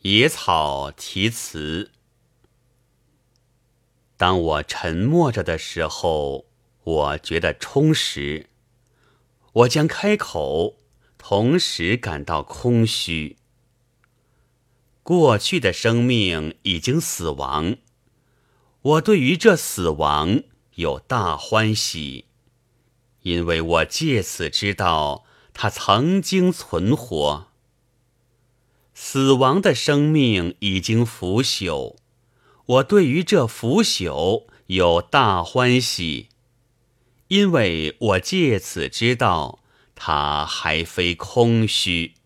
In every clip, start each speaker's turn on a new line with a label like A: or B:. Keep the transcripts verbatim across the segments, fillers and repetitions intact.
A: 野草题词。当我沉默着的时候，我觉得充实；我将开口，同时感到空虚。过去的生命已经死亡，我对于这死亡有大欢喜，因为我借此知道它曾经存活。死亡的生命已经腐朽，我对于这腐朽有大欢喜，因为我借此知道它还非空虚。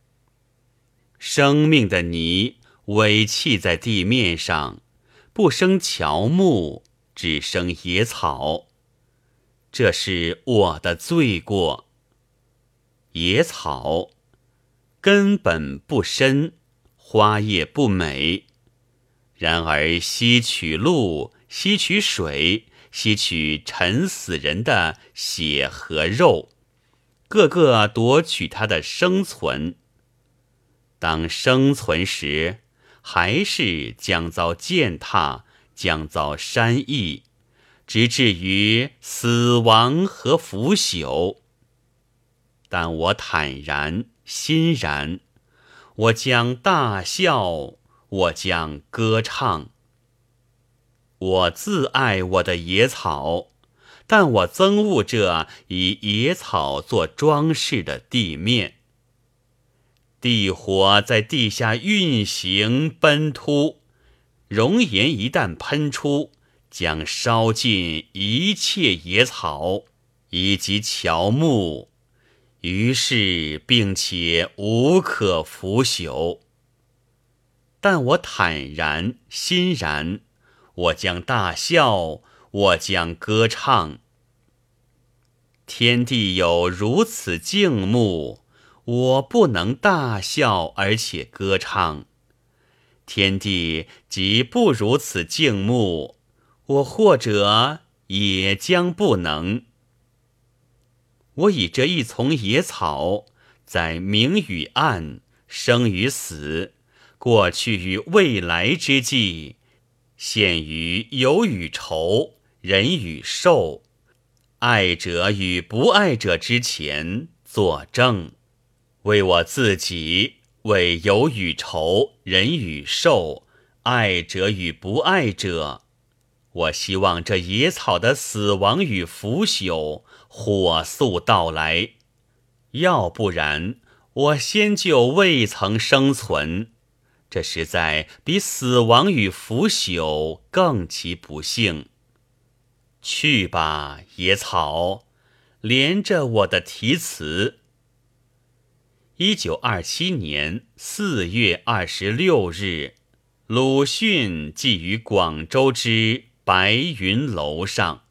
A: 生命的泥委弃在地面上，不生乔木，只生野草，这是我的罪过。野草根本不深，花叶不美，然而吸取露，吸取水，吸取沉死人的血和肉，个个夺取它的生存。当生存时，还是将遭践踏，将遭山役，直至于死亡和腐朽。但我坦然欣然，我将大笑，我将歌唱。我自爱我的野草，但我憎恶这以野草做装饰的地面。地火在地下运行奔突，熔岩一旦喷出，将烧尽一切野草以及乔木，于是并且无可腐朽。但我坦然欣然，我将大笑，我将歌唱。天地有如此静穆，我不能大笑而且歌唱。天地即不如此静穆，我或者也将不能。我以这一丛野草，在明与暗，生与死，过去与未来之际，现于有与仇，人与兽，爱者与不爱者之前作证，为我自己，为有与仇，人与兽，爱者与不爱者。我希望这野草的死亡与腐朽火速到来，要不然我先就未曾生存，这实在比死亡与腐朽更其不幸。去吧，野草，连着我的题词。一九二七年四月二十六日，鲁迅寄于广州之白云楼上。